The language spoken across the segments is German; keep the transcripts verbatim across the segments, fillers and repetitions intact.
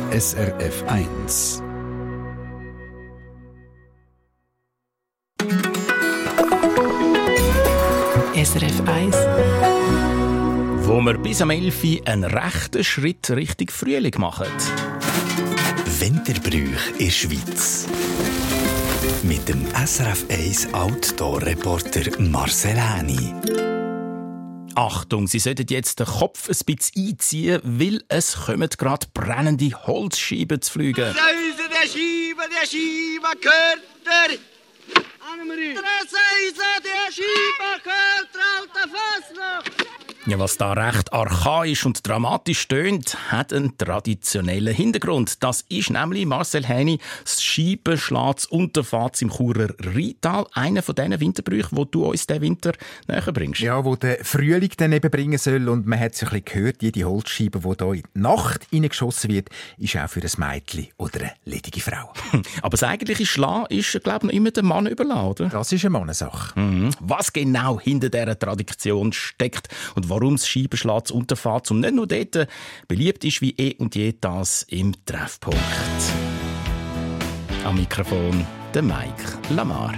S R F eins. S R F eins. Wo wir bis am elf Uhr einen rechten Schritt Richtung Frühling machen. Winterbrüche in der Schweiz. Mit dem S R F eins Outdoor-Reporter Marcel Häni. Achtung, Sie sollten jetzt den Kopf ein bisschen einziehen, weil es kommen gerade brennende Holzscheiben zu fliegen. Der Scheibe, der Scheibe gehört der Annemarie. Der Seise, der Scheibe gehört der alte Fassnacht. Ja, was da recht archaisch und dramatisch tönt, hat einen traditionellen Hintergrund. Das ist nämlich, Marcel Häni, das Scheibenschlags Unterfahrt im Churer Rheintal. Einer von diesen Winterbrüchen, die du uns diesen Winter näher bringst. Ja, wo der Frühling dann eben bringen soll. Und man hat es ein bisschen gehört, jede Holzscheibe, die hier in die Nacht reingeschossen wird, ist auch für ein Mädchen oder eine ledige Frau. Aber das eigentliche Schlag ist, glaube ich, noch immer dem Mann überlassen, oder? Das ist eine Mannensache. Mhm. Was genau hinter dieser Tradition steckt und warum das Scheibenschlags Unterfahrt und nicht nur dort beliebt ist wie eh und je, das im Treffpunkt. Am Mikrofon der Mike Lamar.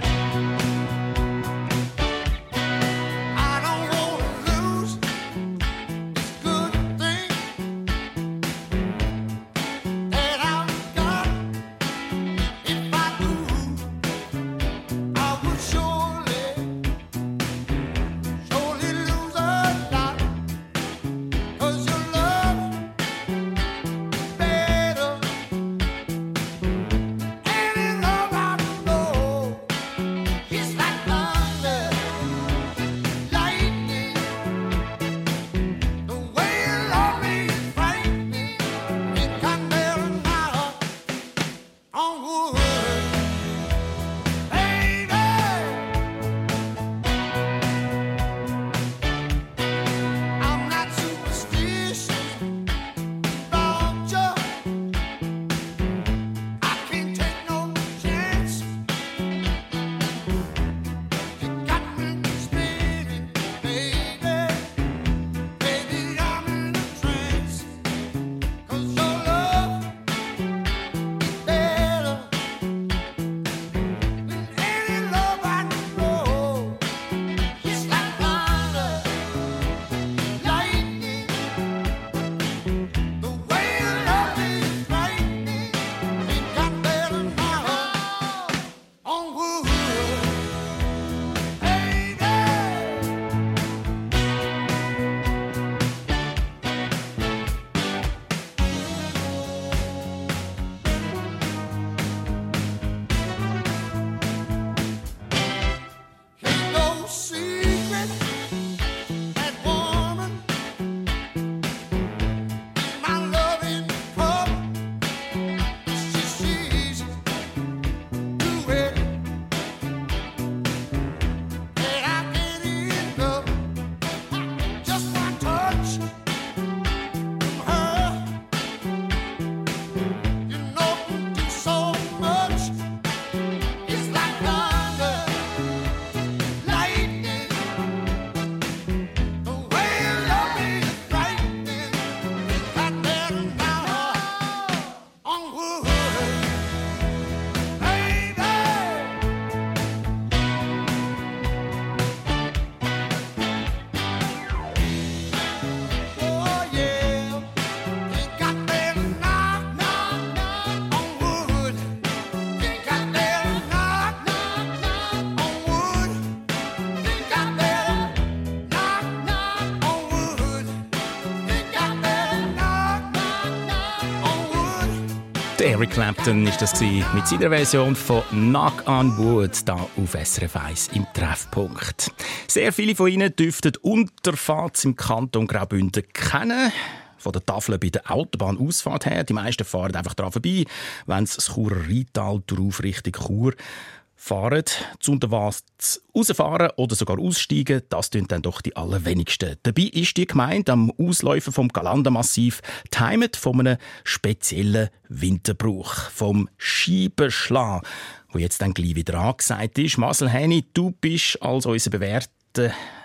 Eric Clapton war das mit seiner Version von «Knock on Wood» hier auf S R F eins im Treffpunkt. Sehr viele von Ihnen dürften Unterfahrt im Kanton Graubünden kennen. Von der Tafel bei der Autobahnausfahrt her. Die meisten fahren einfach daran vorbei, wenn sie das Churer Rheintal drauf Richtung Chur fahren, zu Unterwas rausfahren oder sogar aussteigen, das tun dann doch die allerwenigsten. Dabei ist die Gemeinde am Ausläufer vom Galandermassiv geheimet von einem speziellen Winterbrauch, vom Scheibenschlag, wo jetzt dann gleich wieder angesagt ist. Marcel Häni, du bist als unser bewährter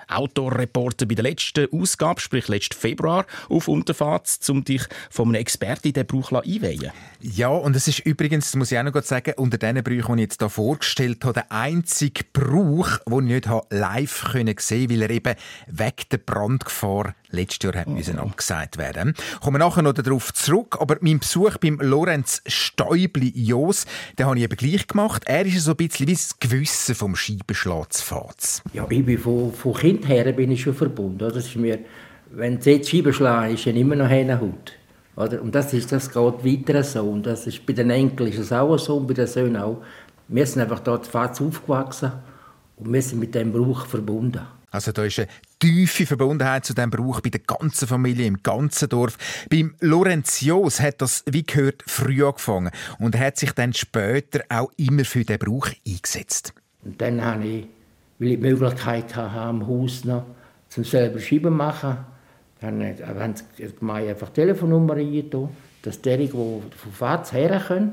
Outdoor-Reporter bei der letzten Ausgabe, sprich letzten Februar, auf Unterfahrt, um dich von einem Experten in diesen Brauch einweihen. Ja, und es ist übrigens, das muss ich auch noch sagen, unter diesen Brauchen, die ich jetzt hier vorgestellt habe, der einzige Brauch, den ich nicht live sehen konnte, weil er eben wegen der Brandgefahr letztes Jahr hat oh. müssen abgesagt werden. Kommen wir nachher noch darauf zurück. Aber mein Besuch beim Lorenz Stäubli-Jos, den habe ich eben gleich gemacht. Er ist so ein bisschen wie das Gewissen vom Scheibenschlagsfahrs. Ja, ich bin von, von Kind her bin ich schon verbunden. Das ist mir, wenn es jetzt Scheibenschlag ist, ist immer noch eine Haut. Oder? Und das, ist, das geht weiter so. Und das ist, bei den Enkeln ist es auch so und bei den Söhnen auch. Wir sind einfach dort fast aufgewachsen und wir sind mit dem Brauch verbunden. Also da ist eine tiefe Verbundenheit zu diesem Brauch bei der ganzen Familie, im ganzen Dorf. Beim Lorenz Jos hat das, wie gehört, früh angefangen. Und er hat sich dann später auch immer für den Brauch eingesetzt. Und dann habe ich, weil ich die Möglichkeit hatte, am Haus noch zum selber Scheiben machen, dann haben sie mir einfach Telefonnummer eingetan, dass die, die von Fahrt her können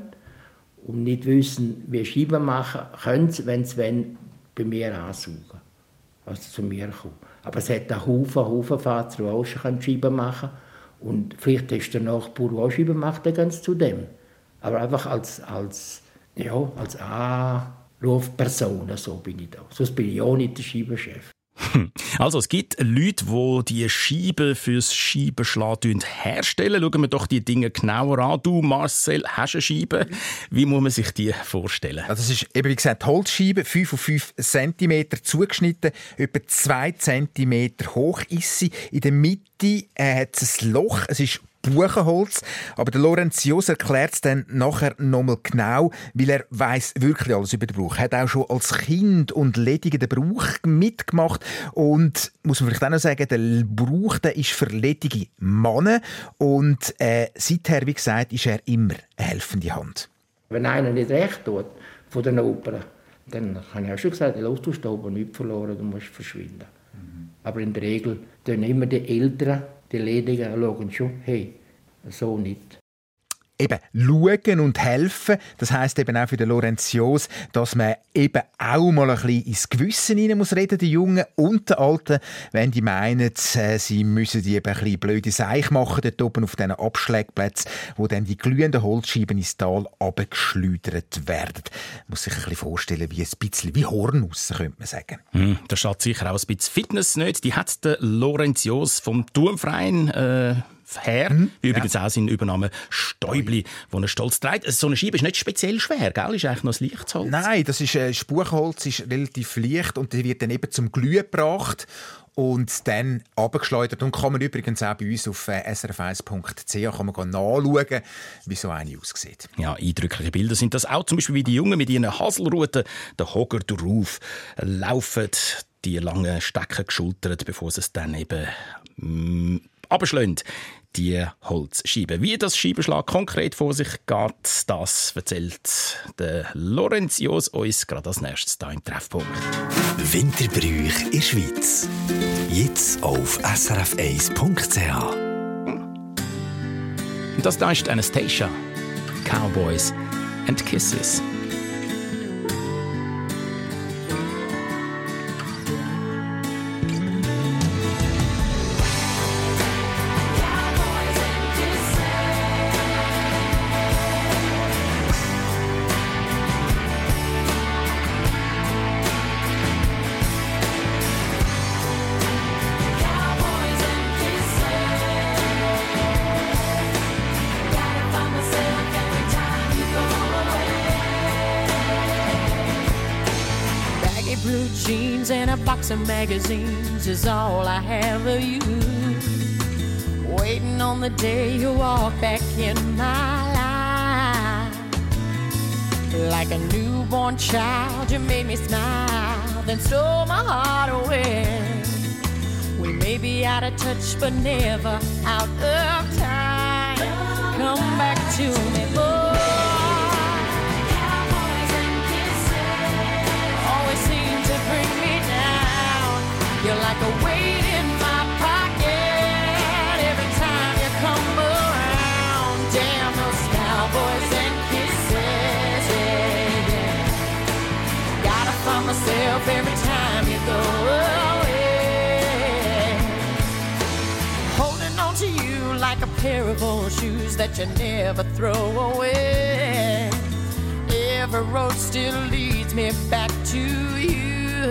und nicht wissen, wie Scheiben machen, können sie, wenn sie wollen, bei mir ansaugen. Also zu mir kommen. Aber es hat einen Haufen, Haufen Fahrer, die auch schon Scheiben machen können. Und vielleicht ist der Nachbar, der auch Scheiben macht, dann ganz zu dem. Aber einfach als, als, ja, als Anrufperson, so bin ich da. Sonst bin ich auch nicht der Scheibenchef. Also es gibt Leute, die die Scheiben fürs Scheibenschlagen herstellen. Schauen wir doch die Dinge genauer an. Du, Marcel, hast eine Scheibe. Wie muss man sich die vorstellen? Also es ist eben, wie gesagt, Holzscheibe, fünf auf fünf Zentimeter zugeschnitten, etwa zwei Zentimeter hoch ist sie. In der Mitte äh, hat es ein Loch, es ist Buchenholz. Aber der Lorenz Jos erklärt es dann nachher nochmal genau, weil er weiss wirklich alles über den Brauch. Er hat auch schon als Kind und Ledigen den Brauch mitgemacht. Und muss man vielleicht auch noch sagen, der Brauch der ist für ledige Männer. Und äh, seither, wie gesagt, ist er immer eine helfende Hand. Wenn einer nicht recht tut von den Opern, dann habe ich auch schon gesagt, los, du hast oben nichts verloren, du musst verschwinden. Mhm. Aber in der Regel tun immer die Eltern, die Ledigen schauen schon, hey, so nicht. Eben schauen und helfen, das heisst eben auch für den Lorenz Jos, dass man eben auch mal ein bisschen ins Gewissen hinein muss reden, die Jungen und die Alten, wenn die meinen, sie müssen die eben ein bisschen blöde Seich machen, dort oben auf diesen Abschlägplätzen, wo dann die glühenden Holzscheiben ins Tal runtergeschleudert werden. Man muss sich ein bisschen vorstellen, wie ein bisschen wie Horn raus, könnte man sagen. Hm, da steht sicher auch ein bisschen Fitness nicht. Die hat der Lorenz Jos vom Turmverein äh her, mhm, wie übrigens ja. auch sein Übernahme Stäubli, wo er stolz trägt. So eine Scheibe ist nicht speziell schwer, gell? Ist eigentlich noch ein leichtes Holz. Nein, das ist, äh, das Buchenholz ist relativ leicht und die wird dann eben zum Glühen gebracht und dann abgeschleudert. Und kann man übrigens auch bei uns auf äh, s r f eins punkt c h kann man nachschauen, wie so eine aussieht. Ja, eindrückliche Bilder sind das auch. Zum Beispiel wie die Jungen mit ihren Haselruten den Hogger drauf laufen, die langen Stecken geschultert, bevor sie es dann eben mm, abschlagen, die Holzscheibe. Wie das Scheibenschlag konkret vor sich geht, das erzählt der Lorenz Jos uns gerade als nächstes hier im Treffpunkt. Winterbräuche in der Schweiz. Jetzt auf s r f eins punkt c h. Das da ist Anastasia. Cowboys and Kisses. Some magazines is all I have of you. Waiting on the day you walk back in my life. Like a newborn child, you made me smile, then stole my heart away. We may be out of touch, but never out of time. Come back to me, boy. You're like a weight in my pocket every time you come around. Damn those cowboys and kisses, yeah, yeah. Gotta find myself every time you go away. pair of old shoes that you never throw away. Every road still leads me back to you.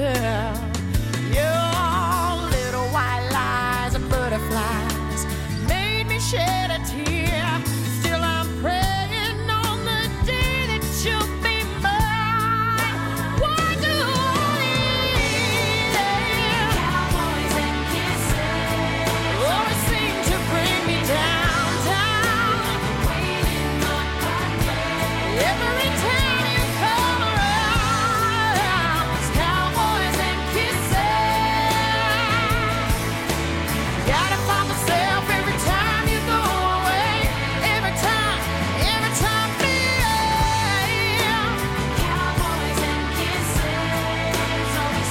Your little white lies and butterflies made me shed a tear. Still I'm praying on the day that you'll be mine. Why do I need cowboys and kisses? Always seem to bring me down, down. Waiting on my way. Every time you come around, it's cowboys and kisses. Gotta find myself every time you go away. Every time, every time, yeah. Cowboys and kisses. Always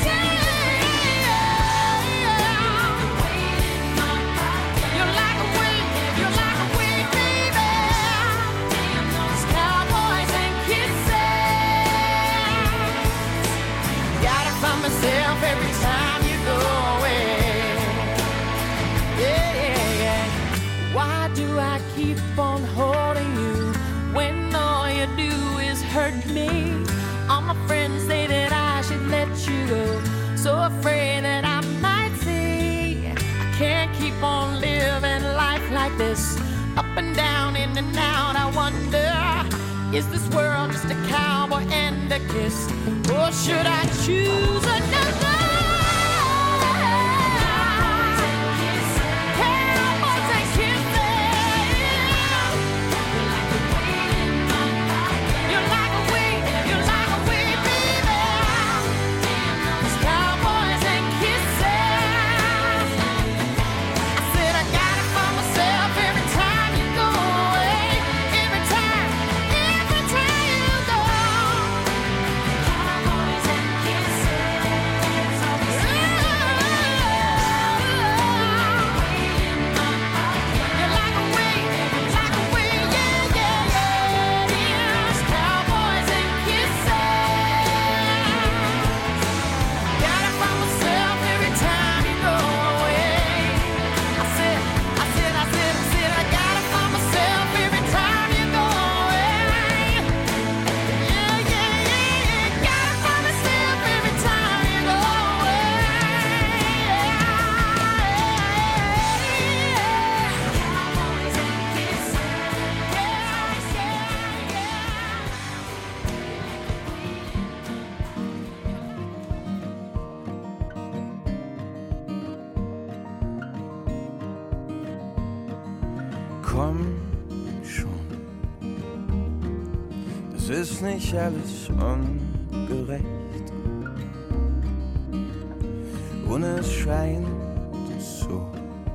you're like a wind, you're like a wind, baby. Damn those cowboys and kisses. Gotta find myself every time you go away. Yeah, yeah, yeah. Why do I keep on holding you when all you do is hurt me? All my friends say that I should let you go. So afraid that I might say I can't keep on living life like this. Up and down, in and out, I wonder, is this world just a cowboy and a kiss? Or should I choose another? Cowboys and kisses. Cowboys and kisses. You're like a wind, you're like a wind, baby. Damn those cowboys and kisses. I said I gotta find myself every time you go away. Every time, every time you go. Cowboys and kisses. Always you're like a wind, like a wind, yeah, yeah, yeah. Yes, cowboys and kisses. Gotta find myself every time you go away. I said, I said, I said, I said, I gotta find myself every time you go away. Yeah, yeah, yeah, yeah. Gotta find myself every time you go away. Cowboys and kisses. Yes, yeah, yeah. Komm schon, das ist nicht alles ungerecht. Und es scheint so,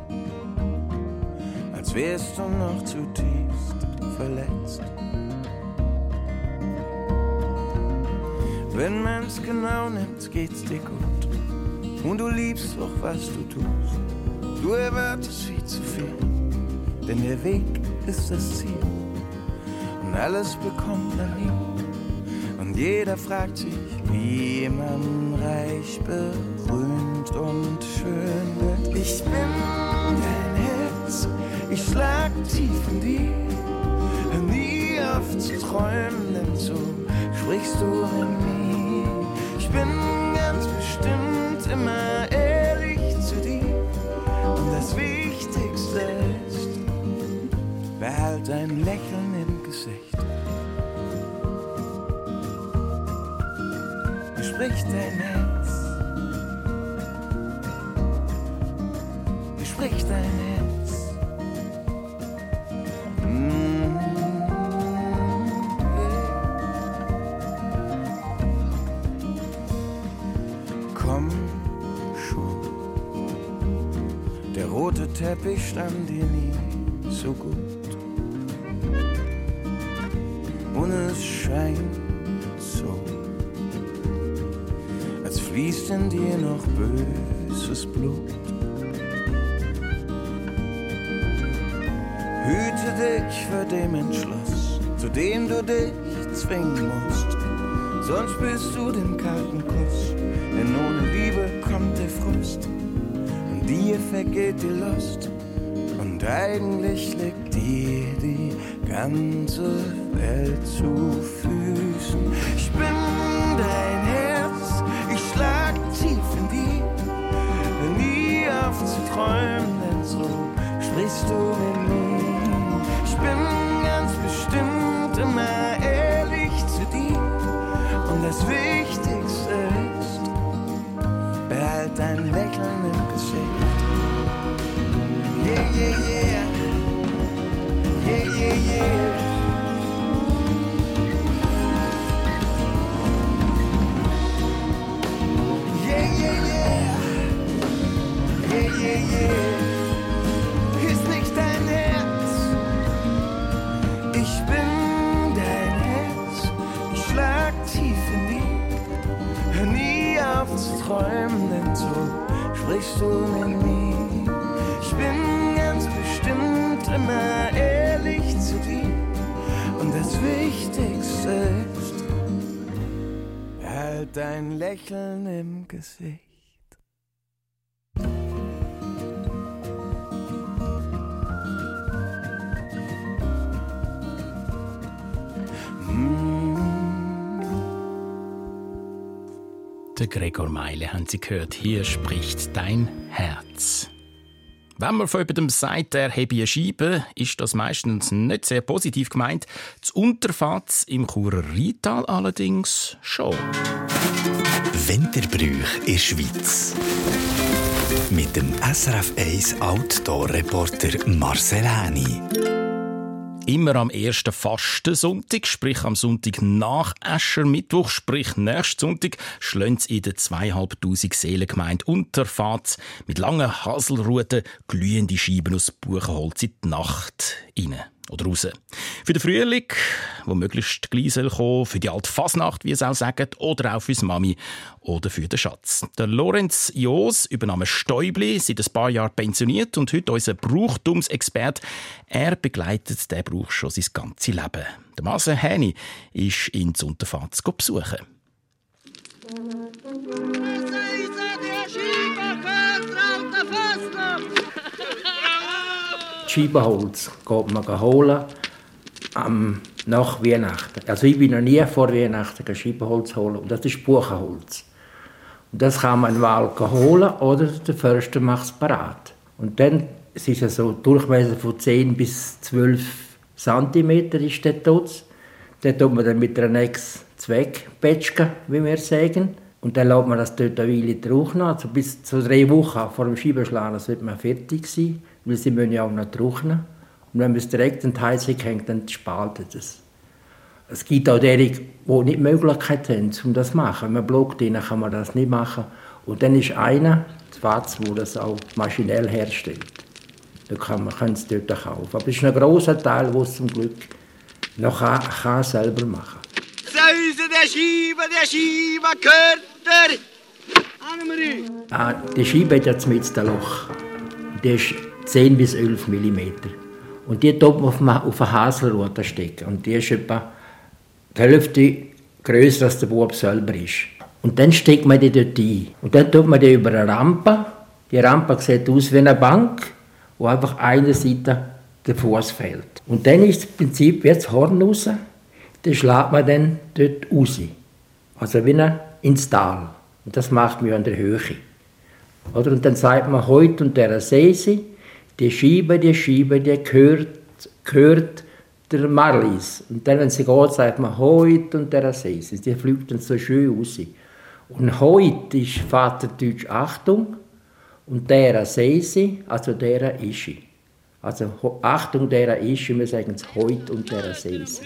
als wärst du noch zutiefst verletzt. Wenn man's genau nimmt, geht's dir gut. Und du liebst auch, was du tust. Du erwartest viel zu viel, denn der Weg ist das Ziel. Und alles bekommt man nie. Und jeder fragt sich, wie man reich, berühmt und schön wird. Ich bin dein Herz, ich schlag tief in dir. Hör nie auf zu träumen, denn so sprichst du in mir. Ich bin ganz bestimmt immer ehrlich zu dir. Und das Wichtigste ist, behalt ein Lächeln im Gesicht. Mir spricht dein Herz. Mir spricht dein Herz. Mm, yeah. Komm schon. Der rote Teppich stand dir nie so gut. Und es scheint so, als fließt in dir noch böses Blut. Hüte dich vor dem Entschluss, zu dem du dich zwingen musst. Sonst bist du den kalten Kuss, denn ohne Liebe kommt der Frust. Und dir vergeht die Lust, und Und eigentlich liegt dir die ganze Welt zu Füßen. Ich bin dein Herz, ich schlag tief in die, nie aufzuträumen, denn so sprichst du mit mir. Ich bin ganz bestimmt immer ehrlich zu dir und das Wichtigste ist, behalt dein Lächeln im Gesicht. Yeah, yeah, yeah. Yeah, yeah, yeah. Yeah, yeah, yeah. Yeah, yeah, yeah. Ist nicht dein Herz. Ich bin dein Herz. Ich schlag tief in die. Hör nie auf zu träumen, denn so sprichst du mit mir. Ich bin ganz bestimmt immer ehrlich zu dir. Und das Wichtigste ist, halt dein Lächeln im Gesicht. Der Gregor Meile haben Sie gehört. Hier spricht dein Herz. Wenn man von jemandem sagt, er habe eine Scheibe, ist das meistens nicht sehr positiv gemeint. Das Unterfatz im Churer Rheintal allerdings schon. Winterbrüche in der Schweiz. Mit dem S R F eins Outdoor-Reporter Marcel Häni. Immer am ersten Fastensonntag, sprich am Sonntag nach Aschermittwoch, sprich nächsten Sonntag, schlagen sie in der zweitausendfünfhundert Seelengemeinde Unterfatz mit langen Haselruten glühende Scheiben aus Buchenholz in die Nacht rein oder raus. Für den Frühling, wo möglichst gleich soll kommen, für die alte Fasnacht, wie es auch sagen, oder auch fürs Mami oder für den Schatz. Der Lorenz Joos übernahm Stäubli, seit ein paar Jahren pensioniert und heute unser Brauchtumsexperte. Er begleitet den Brauch schon sein ganzes Leben. Der Marcel Häni ist ihn zu Unterfatz besuchen. Scheibenholz geht man holen ähm, nach Weihnachten. Also ich bin noch nie vor Weihnachten Scheibenholz holen und das ist Buchenholz. Und das kann man im Wald holen oder der Förster macht es parat. Und dann es ist es so Durchmesser von zehn bis zwölf Zentimeter ist der Totz. Den tut man dann mit einer Ex wegpetschen, wie wir sagen. Und dann lässt man das dort eine Weile trocknen. Also bis zu drei Wochen vor dem Scheibenschlagen sollte man fertig sein, weil sie müssen ja auch noch trocknen. Und wenn man es direkt in die Heizung hängt, dann spaltet es. Es gibt auch diejenigen, die nicht die Möglichkeit haben, um das zu machen. Wenn man blockt, dann kann man das nicht machen. Und dann ist einer, das Watz, der das auch maschinell herstellt. Da kann man kann es dort kaufen. Aber es ist ein grosser Teil, der es zum Glück noch kann, kann selber machen kann. Säuse der Scheibe, der Scheibe gehört der Annemarie. Ah, die Scheibe hat jetzt mit dem Loch. Die ist zehn bis elf Millimeter. Und die tut man auf eine Haselrute stecken. Und die ist etwa die Hälfte grösser als der Bub selber ist. Und dann steckt man die dort ein. Und dann tut man die über eine Rampe. Die Rampe sieht aus wie eine Bank, wo einfach eine Seite der Fuß fehlt. Und dann ist das Prinzip wie das Horn raus. Dann schlägt man dann dort raus. Also wie ins Tal. Und das macht man an der Höhe. Oder? Und dann sagt man, heute und der Seise, die Scheibe, die Scheibe, die gehört, gehört der Marlies. Und dann, wenn sie geht, sagt man, heute und der Seise. Die fliegt dann so schön raus. Und heute ist Vaterdeutsch Achtung und der Seise, also der Ischi. Also Achtung, der Ischi, wir sagen es heute und der Seise.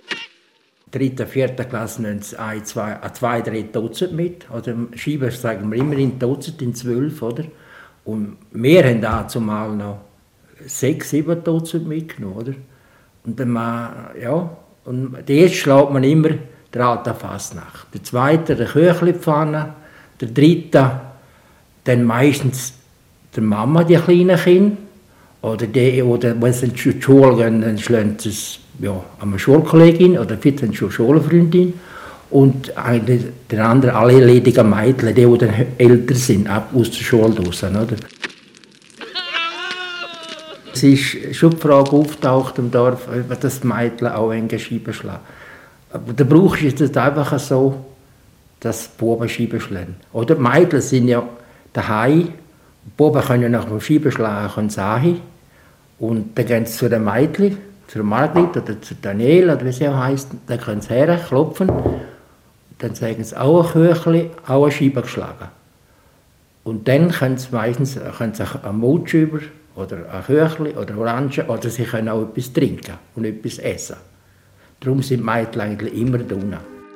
Dritte, vierte Klasse nehmen sie ein, zwei, zwei, drei Dutzend mit. Oder Scheiben sagen wir immer in Dutzend, in zwölf, oder? Und wir haben dazu mal noch sechs, sieben Dutzend mitgenommen, oder? Und dann, ja, und den ersten schlägt man immer der alte Fasnacht. Der zweite, der Küchlipfanne. Der dritte, dann meistens der Mama, die kleinen Kinder. Oder, die, oder wenn sie in die Schule gehen, dann schlagen sie es ja, eine Schulkollegin oder vielleicht eine Schulfreundin. Und der andere, alle ledigen Mädchen, die, die dann älter sind, ab aus der Schule raus. Oder? Es ist schon die Frage auftaucht im Dorf, ob das Mädchen auch Scheiben schlagen. Aber der Brauch ist es einfach so, dass die Buben Scheiben schlagen. Oder die Mädchen sind ja daheim, die Buben können nach dem Scheiben schlagen, können sagen. Und dann gehen sie zu den Mädchen, zu Margrit oder zu Daniel oder wie sie auch heisst, dann können sie her, klopfen. Dann sagen sie auch ein Küchli, auch eine Scheibe geschlagen. Und dann können sie meistens können sie einen Mutschüber oder ein Küchli oder Orangen oder sie können auch etwas trinken und etwas essen. Darum sind die Mädchen eigentlich immer drinnen.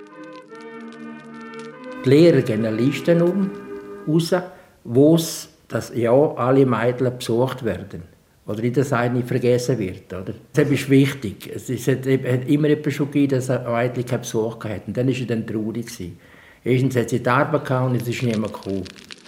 Die Lehrer gehen eine Liste um, raus, wo das Jahr alle Mädchen besucht werden. Oder nicht, dass eine vergessen wird. Oder? Das ist wichtig. Es hat immer jemand schon gegeben, dass ein Mädchen keinen Besuch hatte. Und dann war er dann traurig. Erstens hat sie die Arbeit gehabt und es ist niemand gekommen.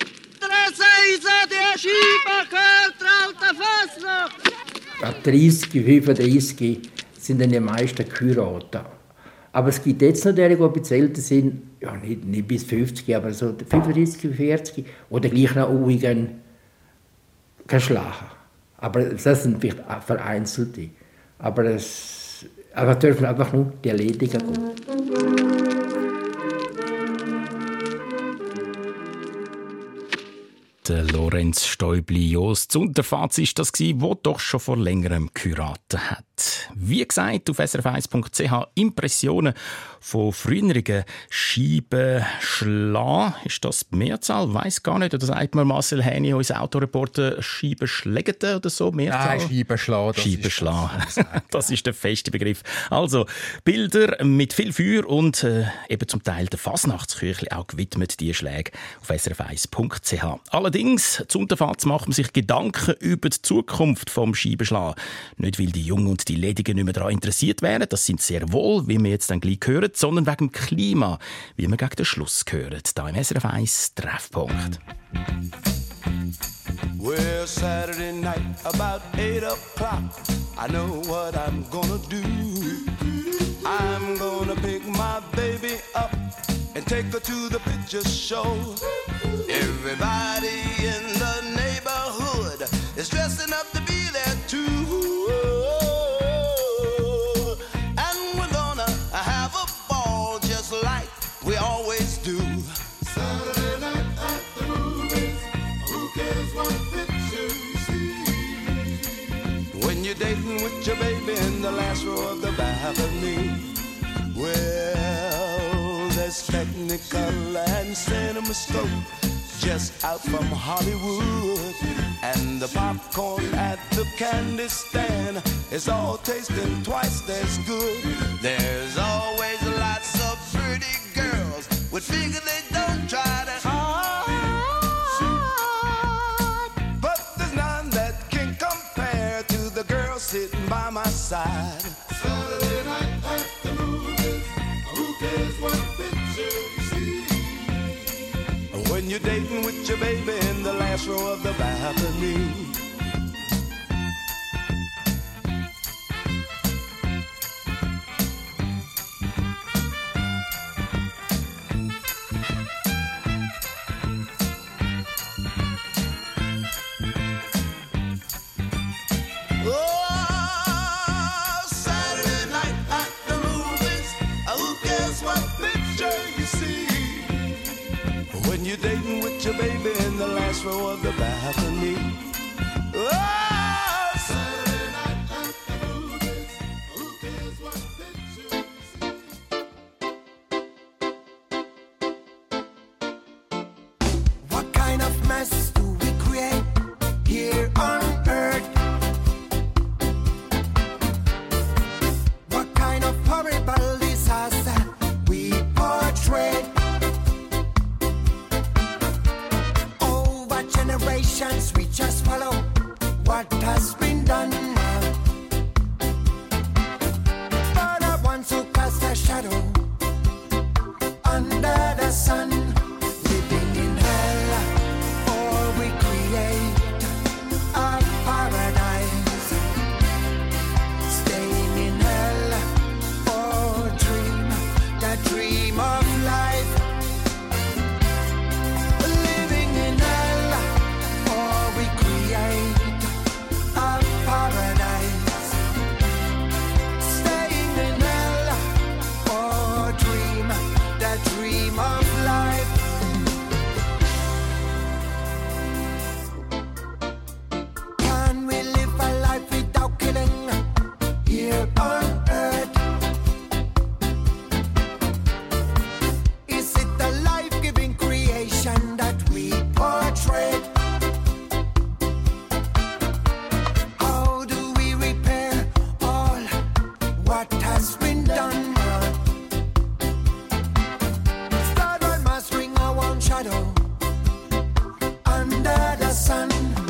Ab dreißig, fünfunddreißig sind dann die meisten geheiratet. Aber es gibt jetzt noch diejenigen, die ein bisschen älter sind, ja, nicht, nicht bis fünfzig, aber so fünfunddreißig, vierzig, oder gleich noch ruhigen geschlagen. Aber das sind vielleicht Vereinzelte. Aber es aber dürfen einfach nur die Erledigen gehen. Der Lorenz Stäubli-Jost. Das Unterfazit war das, der doch schon vor längerem geheiratet hat. Wie gesagt, auf s r f eins punkt c h Impressionen von früheren Scheibenschlagen. Ist das die Mehrzahl? Weiss gar nicht. Oder sagt man Marcel Häni, unser Autoreporter, Scheibenschlägete oder so? Mehrzahl? Nein, Scheibenschlagen. Scheibenschlagen. Das ist der feste Begriff. Also, Bilder mit viel Feuer und äh, eben zum Teil der Fasnachtskirche auch gewidmet, die Schläge auf s r f eins punkt c h. Allerdings, zu Unterfahrt macht man sich Gedanken über die Zukunft vom Scheibenschlagen. Nicht, weil die Jungen und die Ledigen nicht mehr daran interessiert wären, das sind sehr wohl, wie wir jetzt dann gleich hören, sondern wegen dem Klima, wie wir gegen den Schluss hören. Da im S R F eins Treffpunkt. Well, Saturday night about eight o'clock, I know what I'm gonna do. I'm gonna pick my baby up and take her to the picture show. Everybody in the neighborhood is dressing up to be there too. And we're gonna have a ball just like we always do. Saturday night at the movies, who cares what picture you see? When you're dating with your baby in the last row of the balcony, well, there's Technicolor and CinemaScope just out from Hollywood, and the popcorn at the candy stand is all tasting twice as good. There's always lots of pretty girls with figures they don't try to hide, but there's none that can compare to the girl sitting by my side. Saturday night at the movies, who cares what picture you see? When you're dating with your baby in the last row of the balcony. Oh, Saturday night at the movies, who cares what picture you see? When you're dating with your baby in the last row of the balcony. Oh, Saturday night at the movies, who cares what picture you see? What kind of mess do we create here on earth? What kind of horrible disaster we portray? Generations we just follow what has been done. For the ones who cast a shadow under the sun, living in hell, or on earth? Is it the life-giving creation that we portray? How do we repair all what has been done? Start one mastering our own shadow under the sun.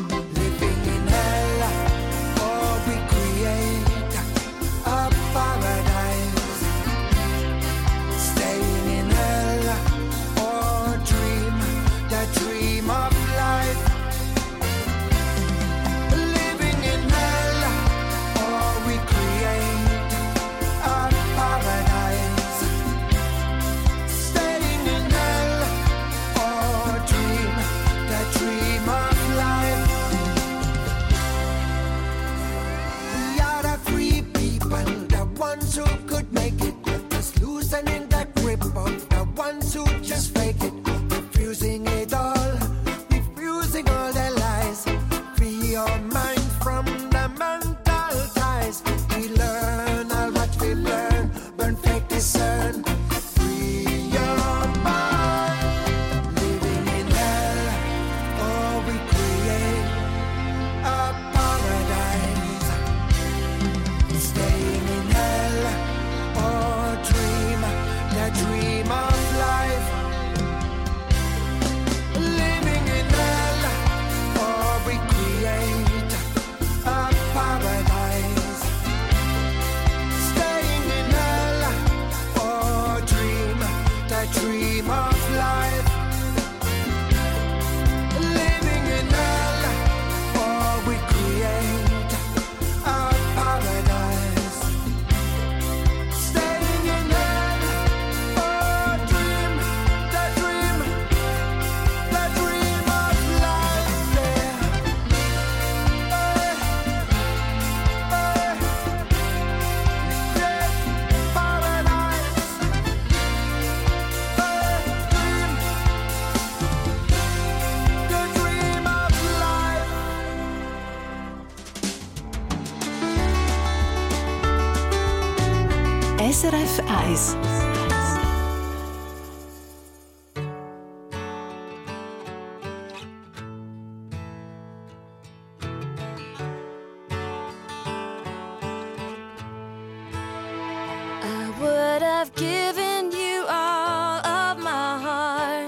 S R F eins. I would have given you all of my heart,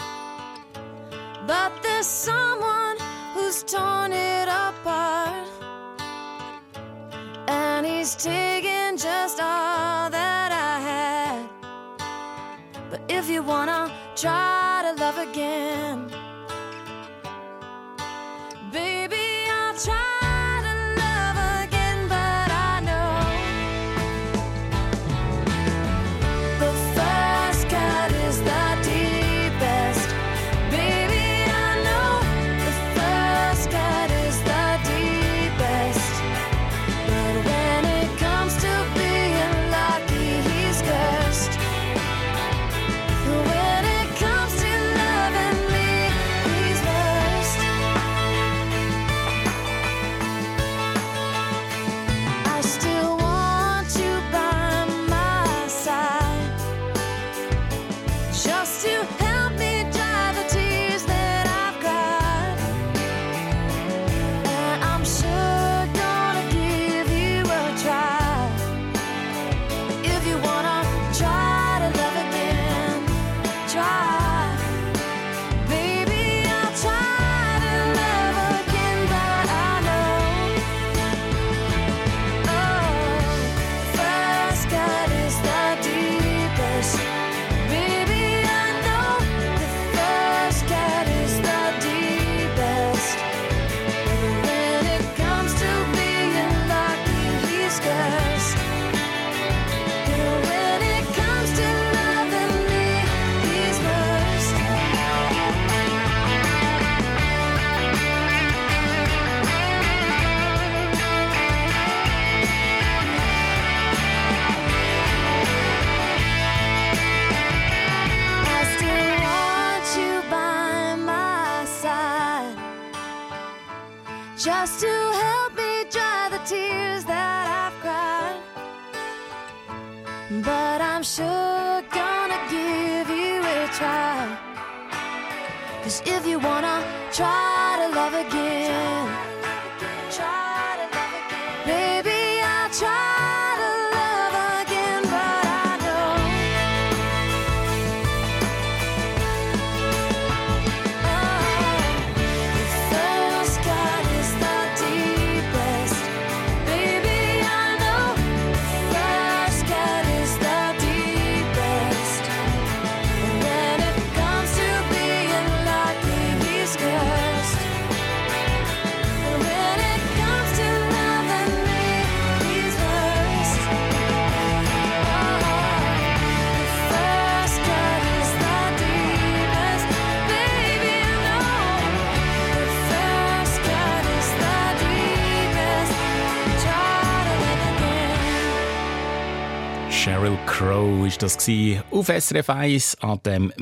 but there's someone who's torn it apart, and he's taken just all that I had. But if you wanna try to love again, baby, I'll try. Just to help me dry the tears that I've cried. but I'm sure gonna give you a try. 'Cause if you wanna try to love again, try to love again, baby, I'll try to love again, but I know oh, the first cut is the deepest, baby, I know the first cut is the deepest, and when it comes to being lucky, he's cursed. And when it comes to loving me, he's worst. Oh, the first cut is the deepest, baby, I know. The first cut is the deepest. Try to live again. Sheryl Crow ist das auf S R F eins an dem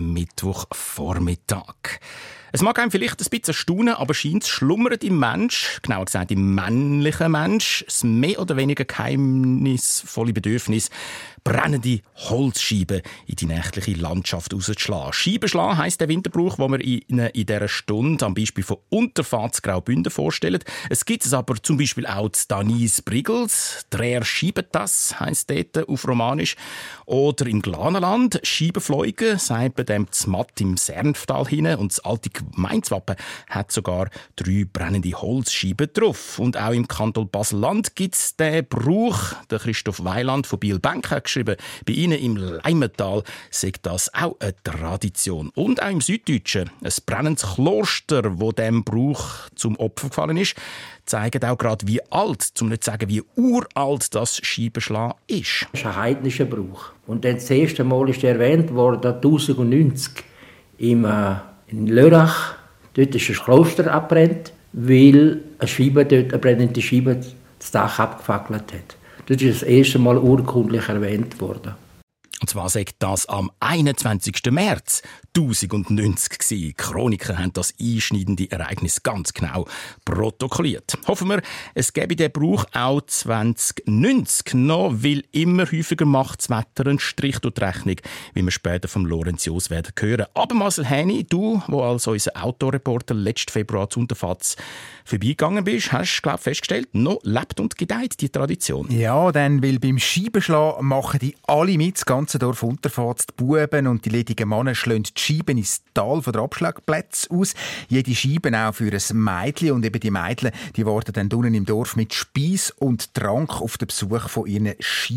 Mittwochvormittag. Es mag einem vielleicht ein bisschen staunen, aber scheint schlummert im Mensch, genauer gesagt im männlichen Mensch, das mehr oder weniger geheimnisvolle Bedürfnis, brennende Holzscheiben in die nächtliche Landschaft rauszuschlagen. Scheibenschlagen heisst der Winterbrauch, den wir Ihnen in dieser Stunde am Beispiel von Unterfahrt Graubünden vorstellen. Es gibt es aber zum Beispiel auch zu Danis Brigels. «Dreher Scheibentas» heisst dort auf Romanisch. Oder im Glanenland «Scheibenfleugen», sagt man dem Zmatt im Sernftal hinein. Und das alte Gemeindewappen hat sogar drei brennende Holzscheiben drauf. Und auch im Kanton Basel-Land gibt es den Brauch. Der Christoph Weiland von Biel-Benk hat geschrieben, bei Ihnen im Leimental sei das auch eine Tradition. Und auch im Süddeutschen. Ein brennendes Kloster, wo dem Brauch zum Opfer gefallen ist, zeigt auch gerade, wie alt, um nicht zu sagen, wie uralt das Scheibenschlagen ist. Das ist ein heidnischer Brauch. Und dann das erste Mal ist er erwähnt worden, tausendneunzig im, äh, in Lörrach. Dort ist ein Kloster abbrennt, weil eine Scheibe dort, eine brennende Scheibe das Dach abgefackelt hat. Das ist das erste Mal urkundlich erwähnt worden. Und zwar sagt das am einundzwanzigsten März tausendneunzig gewesen. Die Chroniker haben das einschneidende Ereignis ganz genau protokolliert. Hoffen wir, es gäbe den Brauch auch zwanzig neunzig noch, weil immer häufiger macht das Wetter einen Strich durch die Rechnung, wie wir später vom Lorenz Jos werden hören. Aber Marcel Häni, du, wo als unser Autoreporter letzten Februar zu Unterfatz vorbeigegangen bist, hast, glaube ich, festgestellt, noch lebt und gedeiht die Tradition. Ja, denn weil beim Scheibenschlagen machen die alle mit, das ganze Dorf Unterfatz, die Buben und die ledigen Männer schlagen die Scheiben ins Tal von der Abschlagplätze aus. Jede Scheibe auch für ein Mädchen. Und eben die Mädchen, die warten dann unten im Dorf mit Speis und Trank auf den Besuch von ihren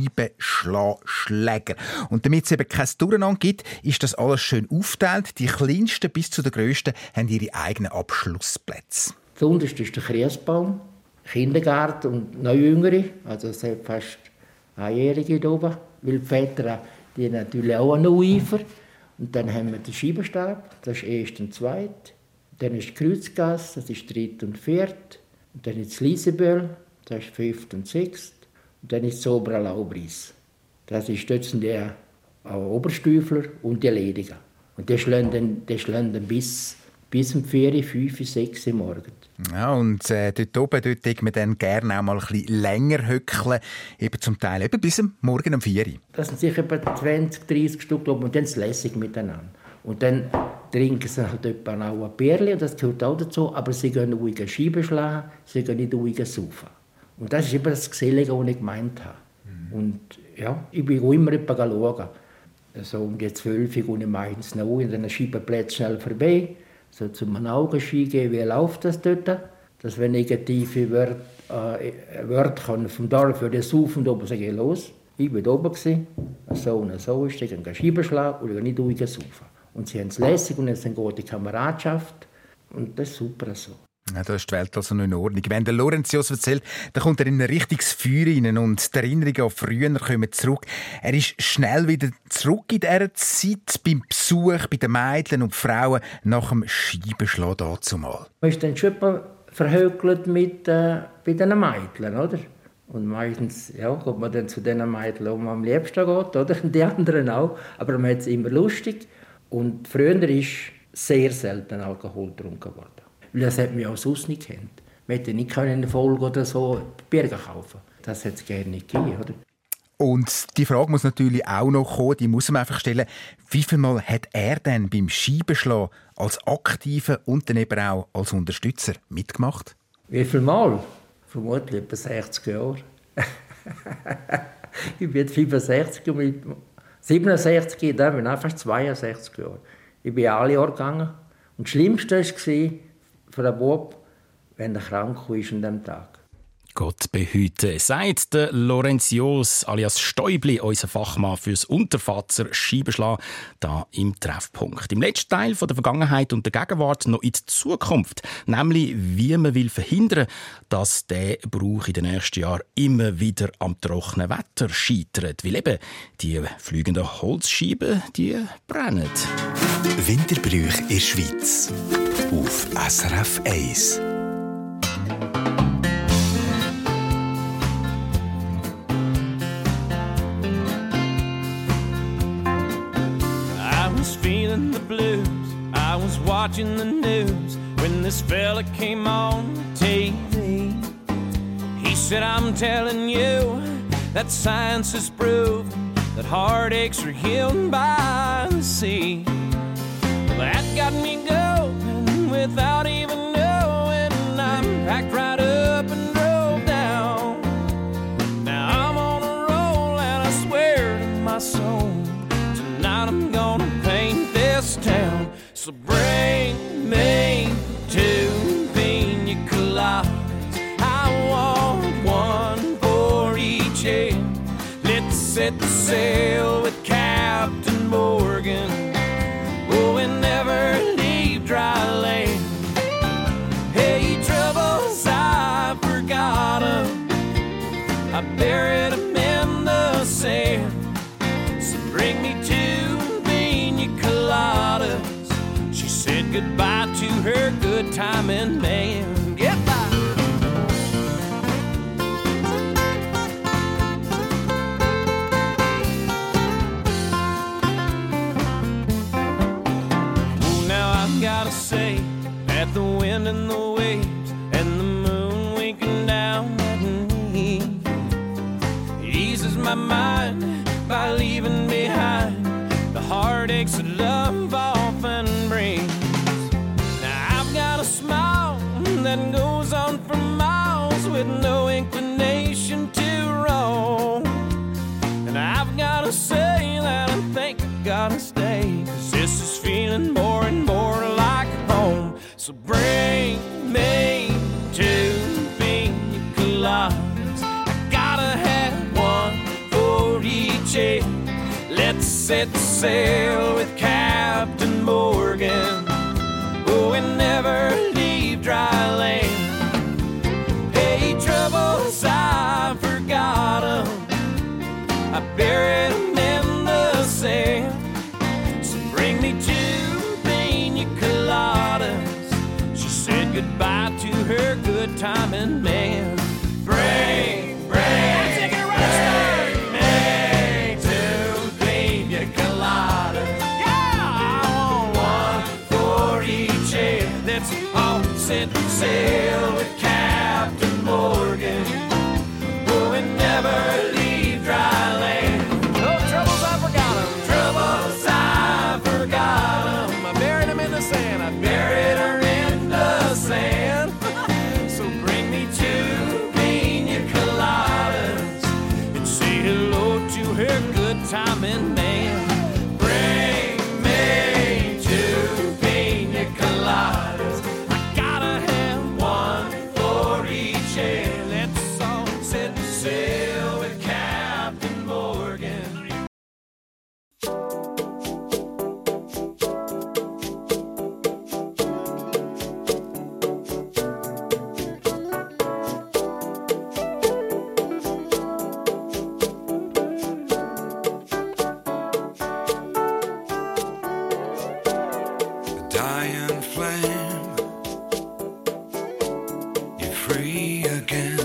Scheibenschlägern. Und damit es eben kein Durcheinander gibt, ist das alles schön aufgeteilt. Die kleinsten bis zu den grössten haben ihre eigenen Abschlussplätze. Zuunterst ist der Christbaum, Kindergarten und noch Jüngere, also es sind fast Einjährige hier oben, weil die Väter die natürlich auch noch Eifer. Und dann haben wir den Scheibenstab, das ist erst und zweit. Dann ist die Kreuzgasse, das ist dritt und viert. Und dann ist das Lieseböll, das ist fünft und sechst. Und dann ist das obere Laubris. Das ist dort sind die Oberstüfler und die Ledigen. Und die schlagen dann, die schlagen dann bis, bis um vier, fünf, sechs Uhr morgens. Ja, und äh, dort oben dort dürfen wir dann gerne auch mal ein bisschen länger hückeln, eben zum Teil eben bis am Morgen um vier Uhr. Das sind sicher etwa zwanzig, dreissig Stück, und dann ist es lässig miteinander. Und dann trinken sie halt etwa auch ein Bierchen, das gehört auch dazu, aber sie gehen ruhig Scheiben schlagen, sie gehen nicht ruhig saufen. Und das ist eben das Gesellige, was ich gemeint habe. Mhm. Und ja, ich bin auch immer etwa schauen. So um die zwölf Uhr gehe ich meistens noch in den Scheibenplätzen schnell vorbei. So zum Augenschein gehen, wie läuft das dort? Dass wenn negative Wörter, äh, Wörter kommen vom Dorf für den Saufen oben sage ich los. Ich war oben gewesen, so und so ist, ich gehe Scheiben schlagen und ich nicht ruhig saufen. Und sie haben es lässig und es ist eine gute Kameradschaft und das ist super so. Ja, da ist die Welt also noch in Ordnung. Wenn der Lorenz Jos erzählt, dann kommt er in ein richtiges Feuer rein und die Erinnerungen an früher kommen zurück. Er ist schnell wieder zurück in dieser Zeit beim Besuch bei den Mädchen und Frauen nach dem Scheibenschlagen dazumal. Man ist dann schon verhökelt mit äh, bei den Mädchen, oder? Und meistens ja, kommt man dann zu den Mädchen, wo man am liebsten geht, oder? Und die anderen auch. Aber man hat es immer lustig. Und früher ist sehr selten Alkohol getrunken worden. Weil das hat man auch sonst nicht gekannt. Man hätte nicht eine Folge oder so Bier kaufen. Das hätte es gerne nicht gegeben, oder? Und die Frage muss natürlich auch noch kommen, die muss man einfach stellen, wie viel Mal hat er denn beim Scheibenschlagen als Aktiver und dann eben auch als Unterstützer mitgemacht? Wie viel Mal? Vermutlich etwa sechzig Jahre. Ich bin fünfundsechzig, mit siebenundsechzig, dann bin ich fast zweiundsechzig Jahre. Ich bin alle Jahre gegangen. Und das Schlimmste war für einen Bub, wenn er krank ist an diesem Tag. Gott behüte, sagt der Lorenzios alias Stäubli, unser Fachmann fürs Unterfatzer Scheibenschlagen, da im Treffpunkt. Im letzten Teil von der Vergangenheit und der Gegenwart noch in die Zukunft, nämlich wie man will verhindern, dass der Brauch in den nächsten Jahren immer wieder am trockenen Wetter scheitert, weil eben die fliegenden Holzscheiben, die brennen. Winterbrüche in der Schweiz auf S R F eins. Feeling the blues, I was watching the news when this fella came on T V. He said, I'm telling you that science has proven that heartaches are healed by the sea. Well, that got me going without even knowing. I'm packed right up and drove down. Now I'm on a roll and I swear to my soul, tonight I'm gonna paint this town. So bring me two pina coladas. I want one for each head. Let's set the sail with Captain Morgan. Oh, and never leave dry land. Hey, troubles, I forgot 'em. I buried 'em in the sand. So bring me two pina coladas. She said goodbye to her good timing man. Goodbye. Oh, now I've gotta say that the wind and the waves and the moon winking down at me eases my mind by leaving behind the heartaches that love often brings. Now I've got a smile that goes on for miles with no inclination to roam. And I've got to say that I think I gotta stay, 'cause this is feeling more and more like home. So bring me two pina coladas. I gotta have one for each head. Let's set sail with Captain Morgan. Oh, and never leave dry land. Hey, troubles, I forgot 'em. I buried 'em in the sand. So bring me two pina coladas. She said goodbye to her good timing man. Bring, bring, take it right straight. Set sail with Captain Morgan. Oh, and never leave dry land. No troubles, I forgot 'em. Troubles, I forgot 'em. I buried 'em in the sand. I buried her in the sand. So bring me two pina coladas and say hello to her good timing man. Bring me two pina coladas. Let's all set sail with Captain Morgan. A dying flame, you're free again.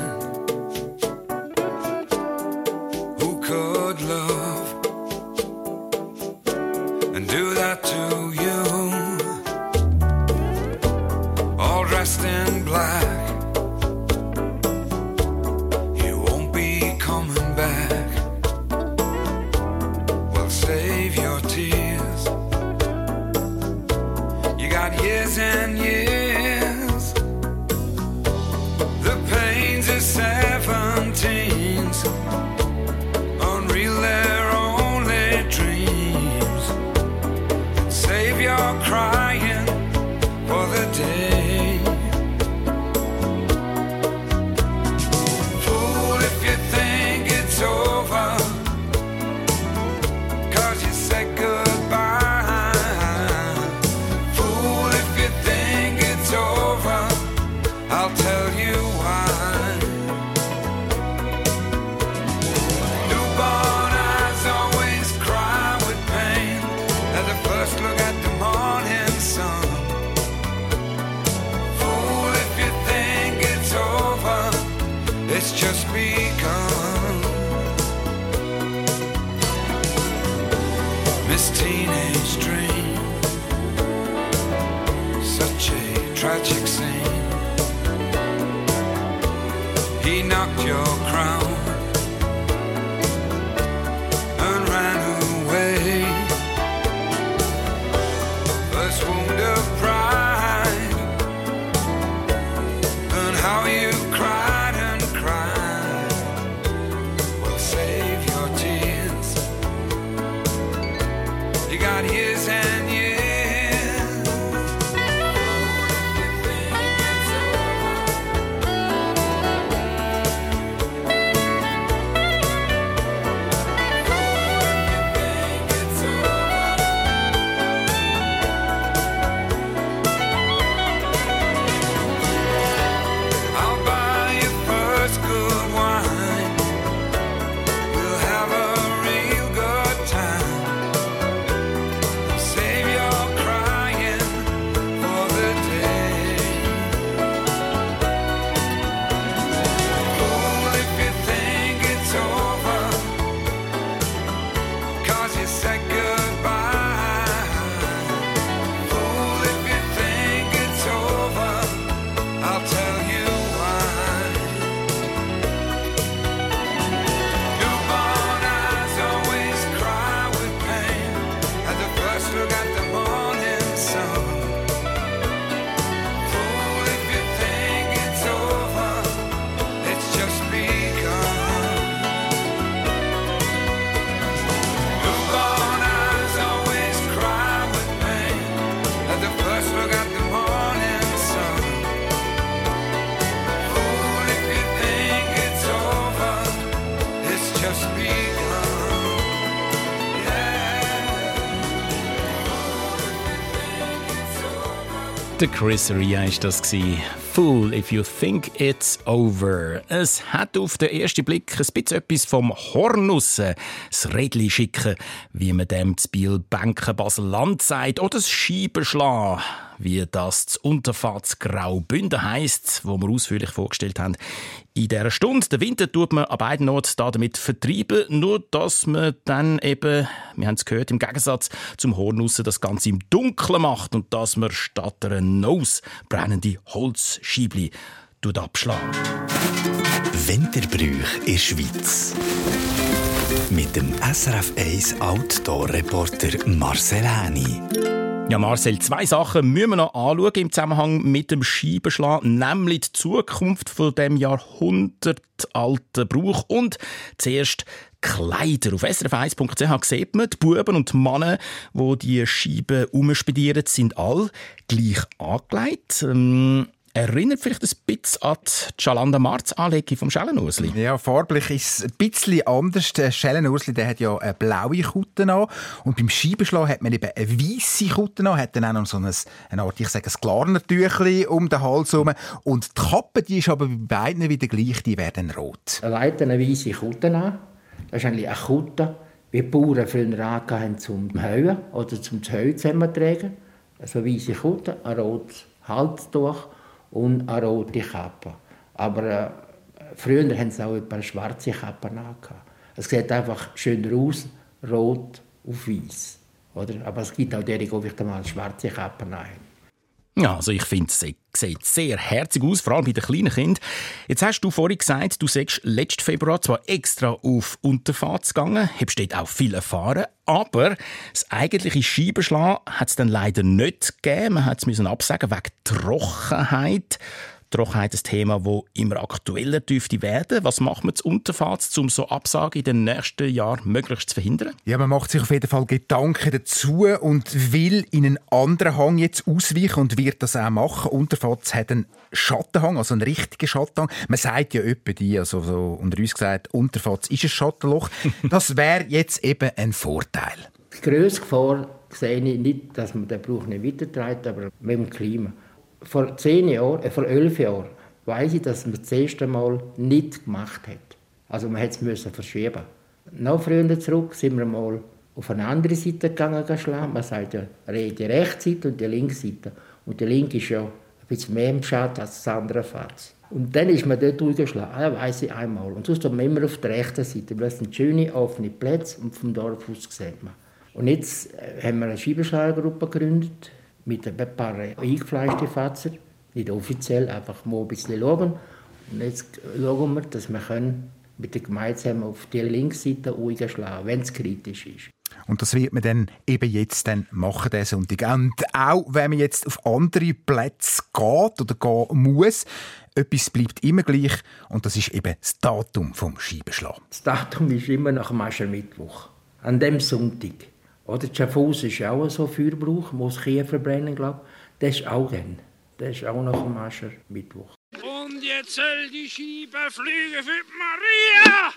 Who could love and do that to you? All dressed in black, you won't be coming back. this teenage dream. Such a tragic scene. He knocked your crown and ran away. First wound of pride, and how you cried and cried. Well, save your tears. You got years and years. Der Chris Ria war das. «Fool if you think it's over». Es hat auf den ersten Blick ein bisschen etwas vom Horn raus. Das Rädli schicken, wie man dem zu Biel Bänken Basel-Land sagt, oder das Scheibenschlagen, wie das zu Unterfahrt Graubünden heisst, wo wir ausführlich vorgestellt haben. In dieser Stunde, den Winter tut man an beiden Orten damit vertreiben, nur dass man dann eben, wir haben es gehört, im Gegensatz zum Horn raus das Ganze im Dunkeln macht und dass man statt einer Nose brennende Holzscheibli abschlagen. Winterbrüche in der Schweiz. Mit dem S R F eins Outdoor-Reporter Marcel Häni. Ja, Marcel, zwei Sachen müssen wir noch anschauen im Zusammenhang mit dem Scheibenschlagen, nämlich die Zukunft von dem jahrhundertalten Brauch und zuerst Kleider. Auf S R F eins Punkt C H sieht man, die Buben und die Männer, die die Scheiben umspedieren, sind alle gleich angelegt. Ähm Erinnert vielleicht ein bisschen an die Jalanda-Marz-Anlegung vom Schellenursli? Ja, farblich ist es ein bisschen anders. Der Schellenursli, der hat ja eine blaue Kutte an. Und beim Scheibenschlagen hat man eben eine weisse Kutte an. Hat dann auch noch so ein, eine Art, ich sage, ein Glarnertüchli um den Hals herum. Und die Kappe, die ist aber bei beiden wieder gleich, die werden rot. Er legt eine weisse Kutte an. Das ist eigentlich eine Kutte, wie die Bauern früher angehabt zum Heuen oder zum Heu zusammentragen. Also eine weisse Kutte, ein rotes Halstuch und eine rote Kappe. Aber äh, früher haben sie auch ein paar schwarze Kappen angehabt. Es sieht einfach schöner aus, rot auf weiß. Oder? Aber es gibt auch die, die vielleicht mal schwarze Kappen haben. Ja, also ich finde, es sieht sehr herzig aus, vor allem bei den kleinen Kindern. Jetzt hast du vorhin gesagt, du sagst letzten Februar zwar extra auf Unterfahrt gegangen, hast dort auch viel erfahren, aber das eigentliche Scheibenschlagen hat es dann leider nicht gegeben. Man hat es absagen wegen Trockenheit. Trockenheit ist ein Thema, das immer aktueller dürfte werden. Was macht man zu Unterfahrt, um so Absagen in den nächsten Jahren möglichst zu verhindern? Ja, man macht sich auf jeden Fall Gedanken dazu und will in einen anderen Hang jetzt ausweichen und wird das auch machen. Unterfahrt hat einen Schattenhang, also einen richtigen Schattenhang. Man sagt ja etwa die, also so unter uns gesagt, Unterfahrt ist ein Schattenloch. Das wäre jetzt eben ein Vorteil. Die grösste Gefahr sehe ich nicht, dass man den Brauch nicht weitertreibt, aber mit dem Klima. Vor zehn Jahren, äh, vor elf Jahren, weiss ich, dass man das erste Mal nicht gemacht hat. Also man musste es verschieben. Noch früher zurück sind wir mal auf eine andere Seite gegangen. Man sagt ja die rechte Seite und die linke Seite. Und die linke ist ja ein bisschen mehr im Schatten als das andere Fass. Und dann ist man dort durchgeschlagen. Das weiss ich einmal. Und sonst sind wir immer auf der rechten Seite. Das sind schöne, offene Plätze und vom Dorf aus sieht man. Und jetzt haben wir eine Scheibenschlagergruppe gegründet mit ein paar eingefleischten Fatzer, nicht offiziell, einfach mal ein bisschen schauen. Und jetzt schauen wir, dass wir können mit der Gemeinde zusammen auf die Linksseite einschlagen, wenn es kritisch ist. Und das wird man dann eben jetzt dann machen, diesen Sonntag. Und auch wenn man jetzt auf andere Plätze geht oder gehen muss, etwas bleibt immer gleich und das ist eben das Datum vom Scheibenschlag. Das Datum ist immer nach dem Aschermittwoch, an dem Sonntag. Oder Schaffhausen ist auch so Feuerbrauch, muss Kühe verbrennen, glaube ich. Das ist auch dann. Das ist auch nach dem Aschermittwoch. Und jetzt soll die Scheibe fliegen für die Maria!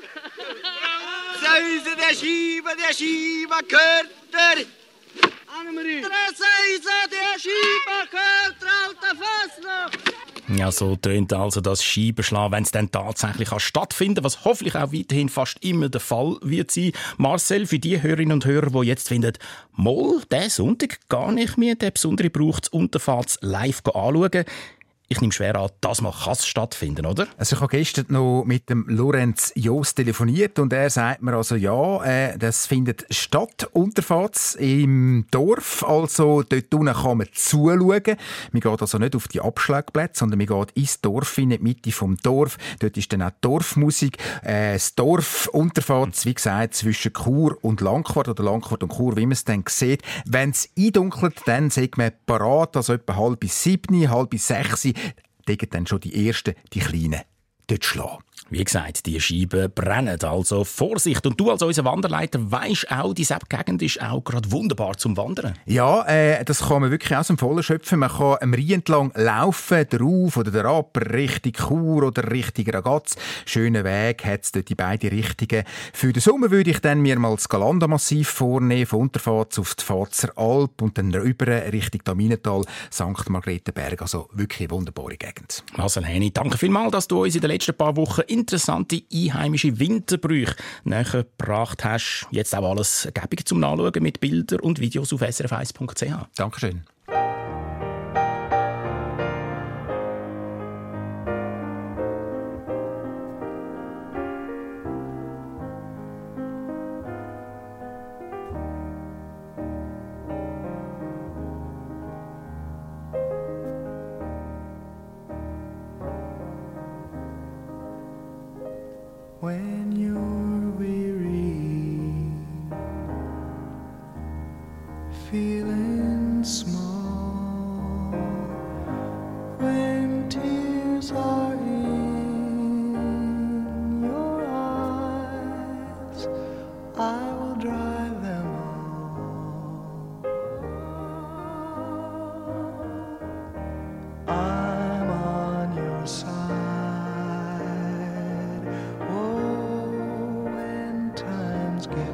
Säuse der Scheibe, der Scheibe gehört der! Annemarie! Der Säuse der Scheibe gehört der alte Fassnacht! Ja, so tönt also das Scheibenschlagen, wenn es dann tatsächlich stattfinden kann, was hoffentlich auch weiterhin fast immer der Fall wird sein. Marcel, für die Hörerinnen und Hörer, die jetzt finden, «Moll, diesen Sonntag gar nicht mehr, der besondere braucht es Unterfahrts live anschauen». Ich nehme schwer an, das mal kann es stattfinden, oder? Also ich habe gestern noch mit dem Lorenz Jost telefoniert und er sagt mir also, ja, äh, das findet statt, Unterfahrts im Dorf, also dort unten kann man zuschauen. Man geht also nicht auf die Abschlagplätze, sondern man geht ins Dorf, in die Mitte vom Dorf. Dort ist dann auch Dorfmusik. Äh, das Dorf Unterfahrts, wie gesagt, zwischen Chur und Langquart oder Langquart und Chur, wie man es dann sieht. Wenn es eindunkelt, dann sagt man parat, also etwa halb bis sieben, halb bis sechs. Degen dann schon die Ersten, die Kleinen, dort schlagen. Wie gesagt, die Scheiben brennen, also Vorsicht. Und du als unser Wanderleiter weisst auch, diese Gegend ist auch gerade wunderbar zum Wandern. Ja, äh, das kann man wirklich aus dem Vollen schöpfen. Man kann am Rhein entlang laufen, drauf oder derab, Richtung Chur oder Richtung Ragaz. Schönen Weg hat es dort die beiden Richtungen. Für den Sommer würde ich dann mir mal das Galanda-Massiv vornehmen, von Unterfahrts auf die Pfarzer Alp und dann rüber Richtung Daminental, Sankt Margrethenberg. Also wirklich eine wunderbare Gegend. Marcel Häni, danke vielmals, dass du uns in den letzten paar Wochen interessante einheimische Winterbrüche näher gebracht hast. Jetzt auch alles gäbig zum Nachschauen mit Bildern und Videos auf s r f eins punkt c h. Dankeschön. When you're weary, feeling small, when tears are in your eyes, I will dry them all. I'm on your side. Get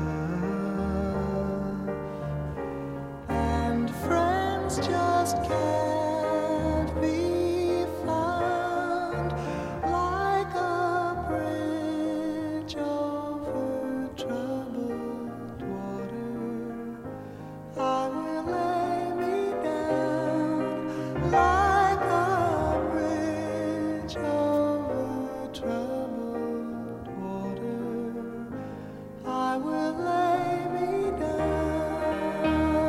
rough, and friends just can't be found like a bridge over troubled water. I will lay me down like a bridge over troubled water. I will lay me down.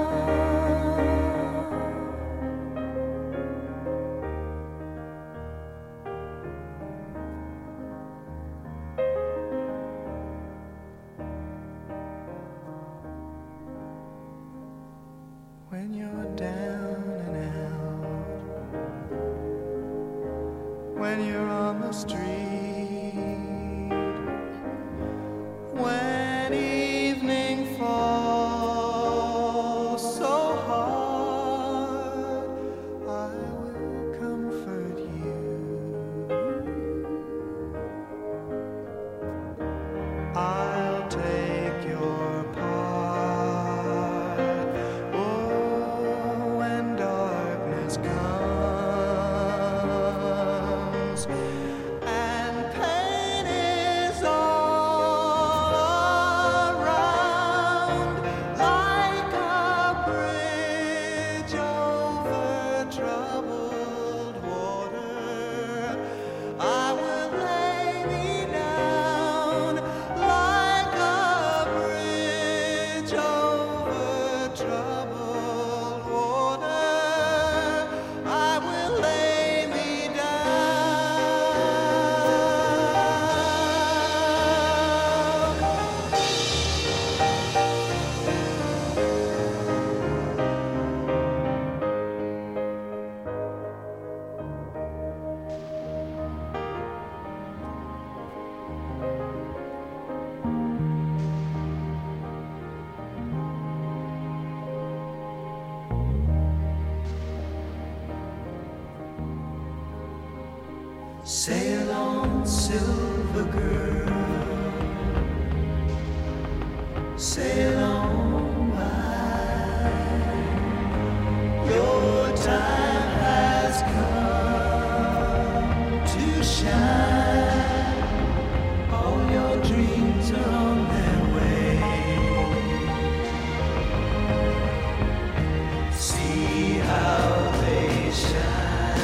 When you're down and out, when you're on the street, when evening falls so hard, I will comfort you. I'll take your part. Oh, when darkness comes silver girl, sail on by. Your time has come to shine. All your dreams are on their way. See how they shine.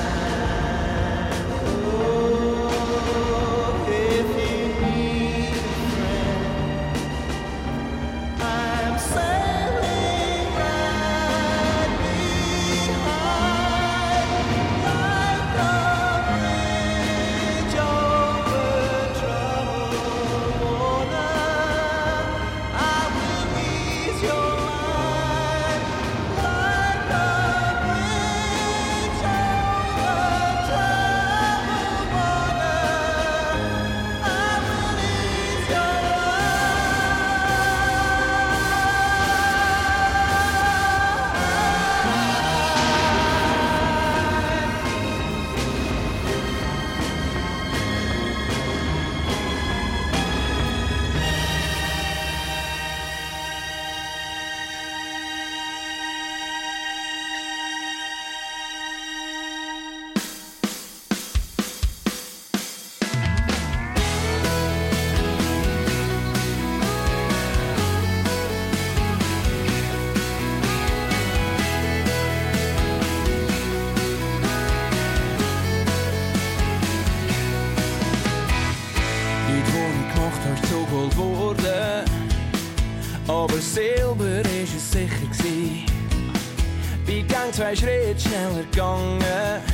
Aber Silber ist es sicher gsi. Bin gang zwei Schritte schneller gegangen,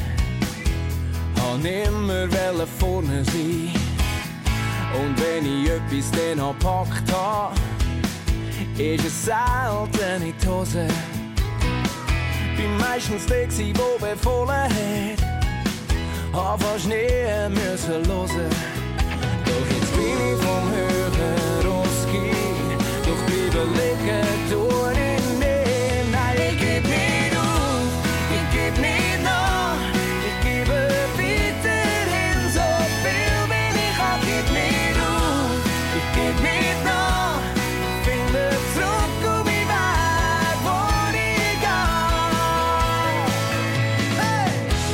han immer wollen vorne sein. Und wenn ich etwas dann gepackt ha, ist es selten in die Hose. Bin meistens der gsi, wo befohlen hat, hab fast nie müssen hören. Doch jetzt bin ich vom Höhen ausgegangen, doch bleiben liegen tue ich nicht. Nein, ich geb nicht auf, ich geb nicht nach, ich gebe weiterhin so viel, wie ich hab. Geb nicht auf, ich geb nicht nach, finde zurück auf meinen Weg, wo ich gehe. Hey!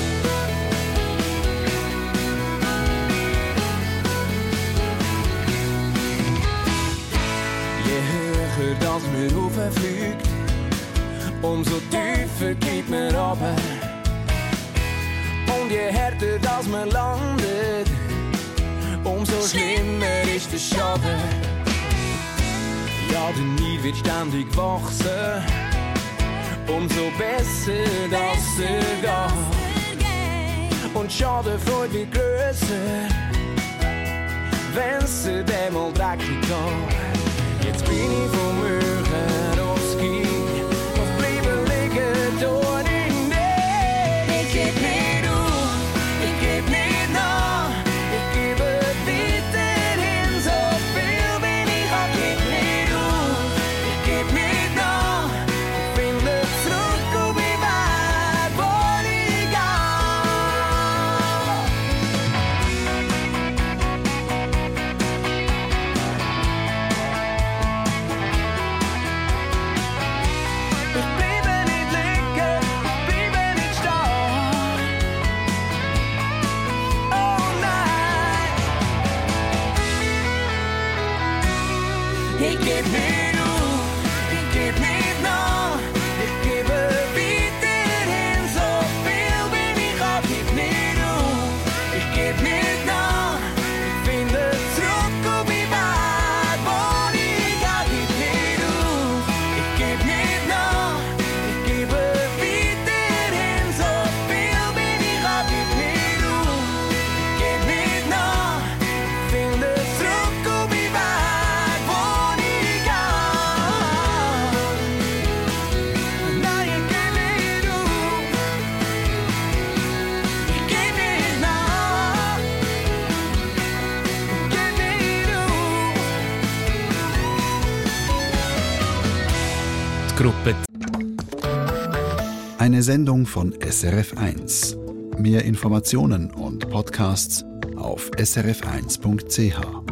Je höher das mir rauffliegt, umso tiefer geht mir runter. Und je härter das man landet, umso schlimmer ist der Schaden. Ja, der Neid wird ständig wachsen, umso besser dass er geht. Und Schadenfreude wird grösser, wenn's dir dann mal dreckig geht. Jetzt bin ich vom Höhen ausgegangen, doch bleiben liegen tue ich nicht. Ich geb nicht auf, ich geb nicht nach, ich gebe weiterhin so viel, wie ich hab. Geb nicht auf, ich geb nicht nach, ich finde zurück auf meinen Weg, wo ich Ich bleibe nicht liegen, ich bleibe nicht stehen. Oh nein. Ich geb nicht auf, ich geb nicht nach, ich gebe weiterhin so viel, wie ich hab. Geb nicht auf, ich geb nicht nach, ich finde zurück auf meinen Weg, wo ich gehe. Geb nicht auf, ich geb nicht nach, ich gebe weiterhin so viel, wie ich hab. Geb nicht auf, ich geb nicht nach, ich finde zurück auf meinen Weg, wo ich gehe. Nein, ich geb nicht auf, ich geb nicht nach, ich geb nicht auf. Die Gruppe Eine Sendung von S R F eins. Mehr Informationen und Podcasts auf s r f eins punkt c h.